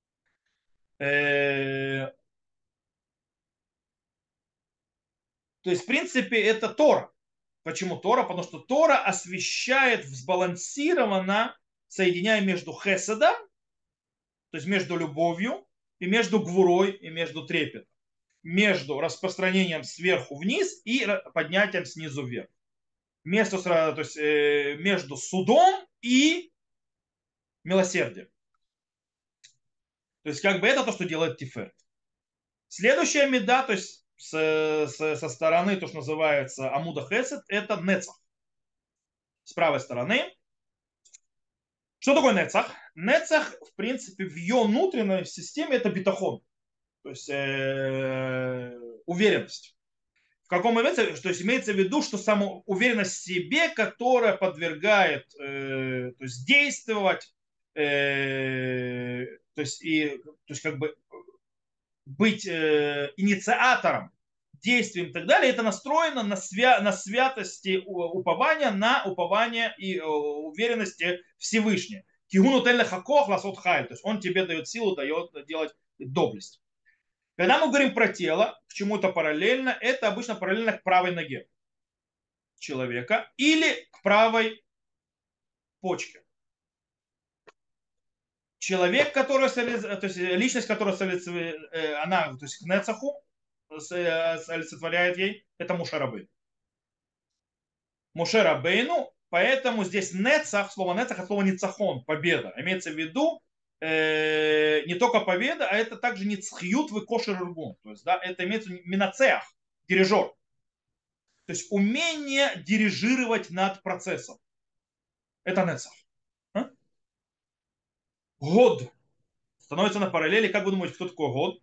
То есть, в принципе, это Тора. Почему Тора? Потому что Тора освещает сбалансированно, соединяя между хеседом, то есть между любовью, и между гвурой, и между трепетом. Между распространением сверху вниз и поднятием снизу вверх. То есть, между судом и милосердием. То есть как бы это то, что делает Тиферет. Следующая меда, то есть со стороны, то, что называется Амуда Хесед, это Нецах. С правой стороны. Что такое Нецах? Нецах, в принципе, в ее внутренней системе это битахон, то есть уверенность. В каком имеется, то есть имеется в виду, что самоуверенность в себе, которая подвергает, то есть действовать, то есть как бы быть инициатором действием и так далее, это настроено на святости упования, на упование и уверенности Всевышнего. Кигуну тель хакох ласот хай, то есть он тебе дает силу, дает делать доблесть. Когда мы говорим про тело, к чему это параллельно, это обычно параллельно к правой ноге человека или к правой почке. Человек, который, то есть личность, которая она, то есть к Нецаху олицетворяет ей, это Моше Рабейну. Моше Рабейну, поэтому здесь Нецах, слово Нецах, это слово Ницахон, победа. Имеется в виду не только победа, а это также Ницхьют в Кошер Иргун. То есть, да, это имеется в виду Минацеах, дирижер. То есть умение дирижировать над процессом. Это Нецах. А? Год становится на параллели. Как вы думаете, кто такой Год?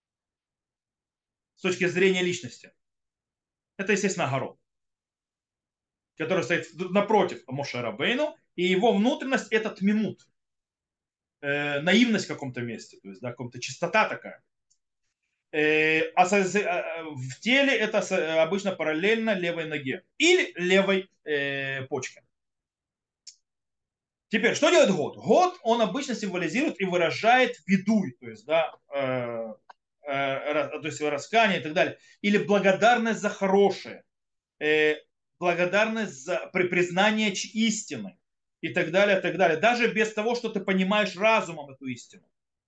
С точки зрения личности. Это, естественно, Агарон, который стоит напротив Моше Рабейну, и его внутренность это тмимут, наивность в каком-то месте, то есть да, какая-то чистота такая. В теле это обычно параллельно левой ноге или левой почке. Теперь, что делает год? Год, он обычно символизирует и выражает видуй, то есть, да, то есть раскаяние и так далее, или благодарность за хорошее, благодарность за признание истины и так далее, так далее. Даже без того, что ты понимаешь разумом эту истину.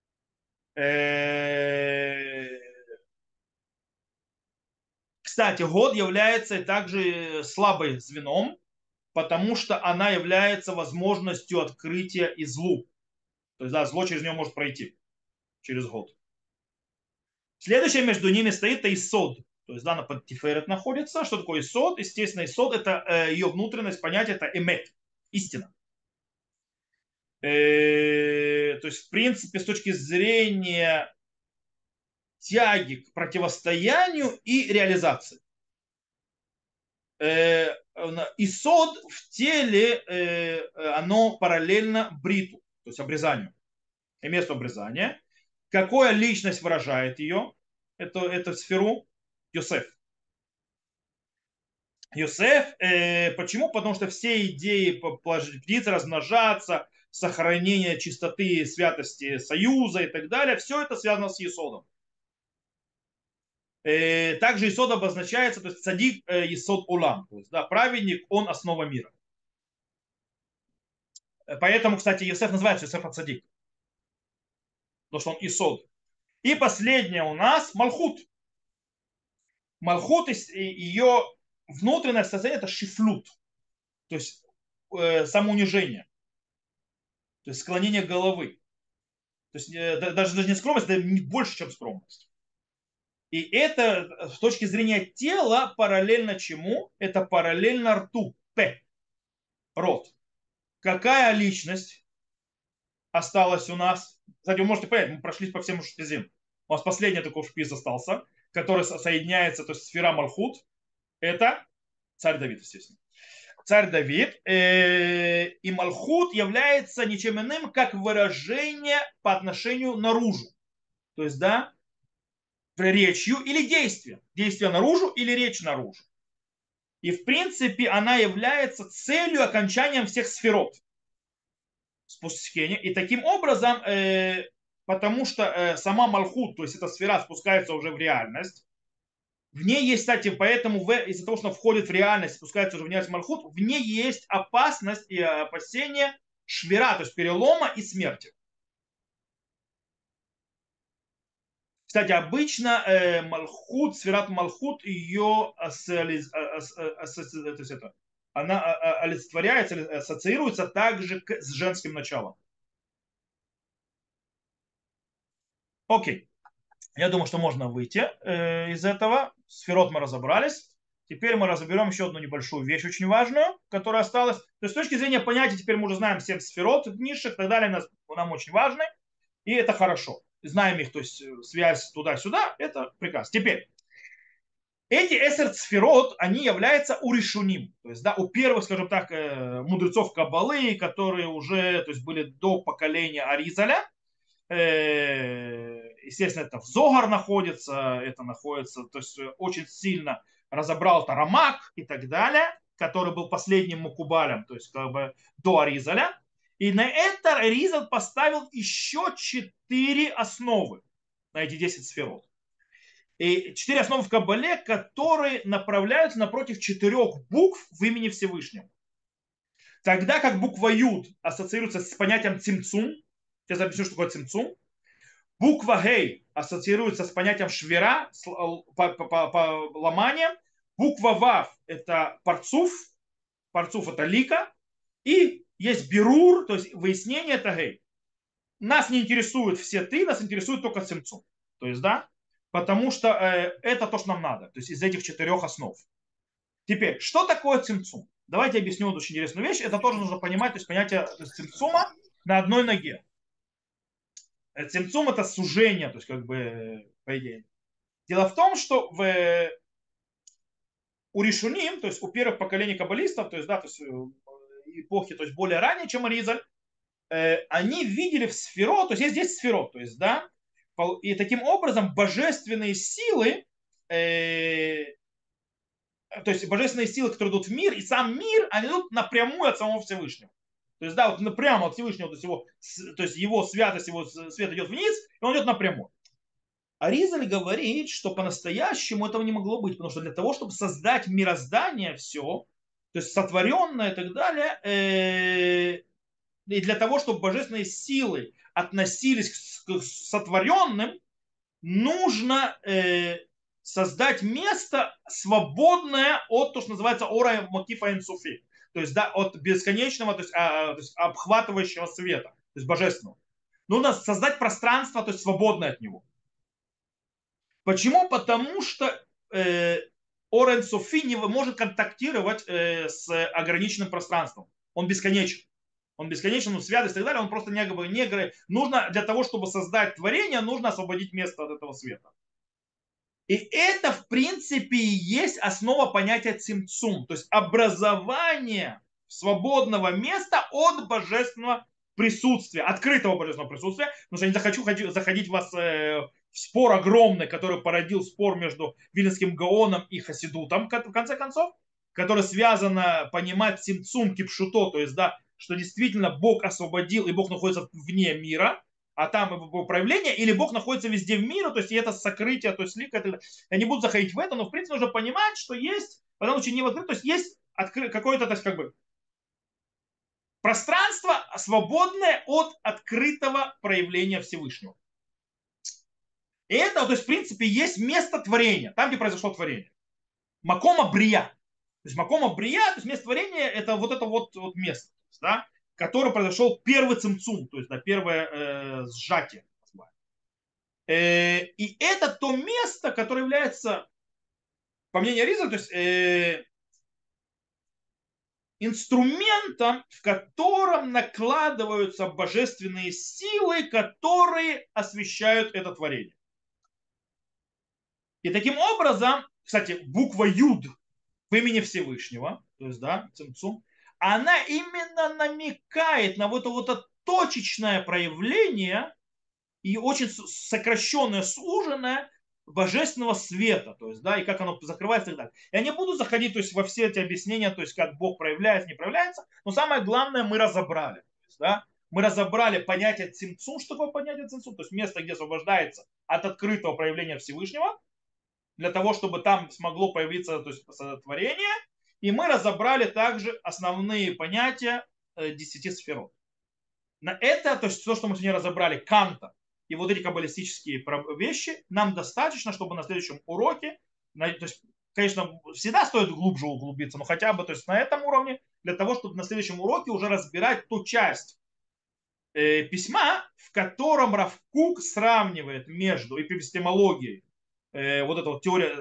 Кстати, год является также слабым звеном, потому что она является возможностью открытия и злу. То есть, да, зло через нее может пройти, через год. Следующее между ними стоит Исод. То есть, да, она под Тиферет находится. Что такое Исод? Естественно, Исод это ее внутренность, понятие это эмет, истина. То есть, в принципе, с точки зрения тяги к противостоянию и реализации. Исод в теле, оно параллельно бриту, то есть обрезанию, и место обрезания. Какая личность выражает ее, эту сферу? Йосеф. Йосеф, почему? Потому что все идеи плодиться, размножаться, сохранение чистоты, святости союза и так далее, все это связано с Есодом. Также Есод обозначается, то есть цадик Есод улам, то есть да, праведник, он основа мира. Поэтому, кстати, Йосеф называется Йосеф цадик, потому что он Есод. И последнее у нас Малхут. Малхут, ее внутреннее состояние это шифлют, то есть самоунижение, то есть склонение головы. То есть даже не скромность, это больше, чем скромность. И это с точки зрения тела параллельно чему? Это параллельно рту, П, рот. Какая личность осталась у нас? Кстати, вы можете понять, мы прошлись по всем шпизим. У нас последний такой шпиз остался, который соединяется, то есть сфера Малхут, это царь Давид, естественно. Царь Давид и Малхут является ничем иным, как выражение по отношению наружу. То есть, да, речью или действием. Действие наружу или речь наружу. И в принципе она является целью окончанием всех сферот спускения. И таким образом, потому что сама Малхут, то есть эта сфера спускается уже в реальность, в ней есть, кстати, поэтому из-за того, что она входит в реальность, спускается уже в реальность Малхут, в ней есть опасность и опасение швера, то есть перелома и смерти. Кстати, обычно Малхут, сферат Малхут, ее она олицетворяется, ассоциируется также с женским началом. Окей. Я думаю, что можно выйти из этого. Сферот мы разобрались. Теперь мы разберем еще одну небольшую вещь, очень важную, которая осталась. То есть с точки зрения понятия, теперь мы уже знаем 7 сферот низших и так далее, нам очень важны. И это хорошо. Знаем их, то есть связь туда-сюда, это прекрасно. Теперь, эти эсер сферот, они являются уришуним, то есть, да, у первых, скажем так, мудрецов Каббалы, которые уже, то есть, были до поколения Аризаля. Естественно, это в Зогар находится, это находится, то есть, очень сильно разобрал Тарамак и так далее, который был последним Мукубалем, то есть, как бы до Аризаля. И на это Аризаль поставил еще 4 основы, на эти 10 сферот. И 4 основы в Каббале, которые направляются напротив 4 букв в имени Всевышнего. Тогда как буква Юд ассоциируется с понятием цимцум, сейчас объясню, что такое цимцум. Буква Гей ассоциируется с понятием швера, по ломанием. Буква Вав это парцуф, парцуф это лика. И есть бирур, то есть выяснение это Гей. Нас не интересуют все ты, нас интересует только цимцум. То есть, да, потому что это то, что нам надо. То есть из этих 4 основ. Теперь, что такое цимцум? Давайте объясню очень интересную вещь. Это тоже нужно понимать, то есть понятие то есть, цимцума на одной ноге. Цимцум это сужение, то есть как бы по идее. Дело в том, что у Ришуним, то есть у первых поколений каббалистов, то есть, да, то есть эпохи, то есть более ранее, чем Аризаль, они видели в сферо, то есть есть здесь сферо, то есть, да, и таким образом божественные силы, то есть божественные силы, которые идут в мир, и сам мир, они идут напрямую от самого Всевышнего. То есть, да, вот напрямую от Всевышнего, то есть его святость, его свет идет вниз, и он идет напрямую. Аризаль говорит, что по-настоящему этого не могло быть, потому что для того, чтобы создать мироздание все, то есть сотворенное и так далее, и для того, чтобы божественные силы относились к сотворенным, нужно создать место, свободное от того, что называется ора макифа энсуфи. То есть, да, от бесконечного, то есть обхватывающего света, то есть божественного. Нужно создать пространство, то есть свободное от него. Почему? Потому что ора энсуфи не может контактировать с ограниченным пространством. Он бесконечен. Он бесконечен, он святость и так далее, он просто не нужно для того, чтобы создать творение, нужно освободить место от этого света. И это, в принципе, и есть основа понятия цимцум, то есть образование свободного места от божественного присутствия, открытого божественного присутствия, потому что я не захочу заходить в вас в спор огромный, который породил спор между Вильнским Гаоном и Хасидутом, в конце концов, который связано понимать цимцум кипшуто, то есть, да, что действительно Бог освободил, и Бог находится вне мира, а там его проявление, или Бог находится везде в мире, то есть и это сокрытие, то есть лика. Я не буду заходить в это, но в принципе нужно понимать, что есть, в данном случае не в открытом, то есть есть какое-то, то есть как бы пространство, свободное от открытого проявления Всевышнего. И это, то есть в принципе есть место творения, там, где произошло творение. Макома брия. То есть макома брия, то есть место творения, это вот место, да, которое произошел первый цимцум, то есть да, первое сжатие. И это то место, которое является, по мнению Риза, то есть инструментом, в котором накладываются божественные силы, которые освещают это творение. И таким образом, кстати, буква Юд в имени Всевышнего, то есть, да, цимцум, она именно намекает на вот это точечное проявление и очень сокращенное, суженное божественного света, то есть, да, и как оно закрывается и так далее. Я не буду заходить, то есть, во все эти объяснения, то есть, как Бог проявляется, не проявляется, но самое главное мы разобрали, то есть, да, мы разобрали понятие цимцум, что такое понятие цимцум, то есть место, где освобождается от открытого проявления Всевышнего, для того, чтобы там смогло появиться, то есть, творение, и мы разобрали также основные понятия 10 сферот. На это, то есть то, что мы сегодня разобрали, Канта и вот эти каббалистические вещи, нам достаточно, чтобы на следующем уроке, то есть, конечно, всегда стоит глубже углубиться, но хотя бы то есть, на этом уровне, для того, чтобы на следующем уроке уже разбирать ту часть письма, в котором Рав Кук сравнивает между эпистемологией, вот эта вот теория,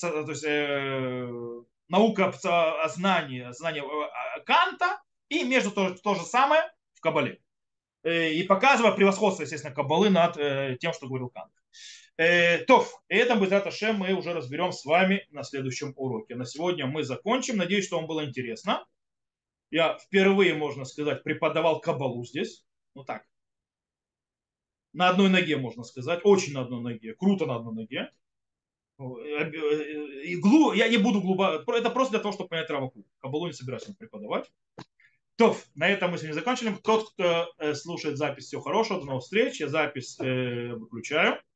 наука о знании, знание Канта, и между то же самое в Кабале. И показывая превосходство, естественно, Каббалы над тем, что говорил Кант. То, и это, Безрат Ашем, мы уже разберем с вами на следующем уроке. На сегодня мы закончим. Надеюсь, что вам было интересно. Я впервые, можно сказать, преподавал Кабалу здесь. Ну так, на одной ноге, можно сказать. Очень на одной ноге. Круто на одной ноге. Иглу я не буду глубоко. Это просто для того, чтобы понять Раваку. Кабалу не собираюсь преподавать. То, на этом мы сегодня закончили. Тот, кто слушает запись, всего хорошего. До новых встреч. Я запись выключаю.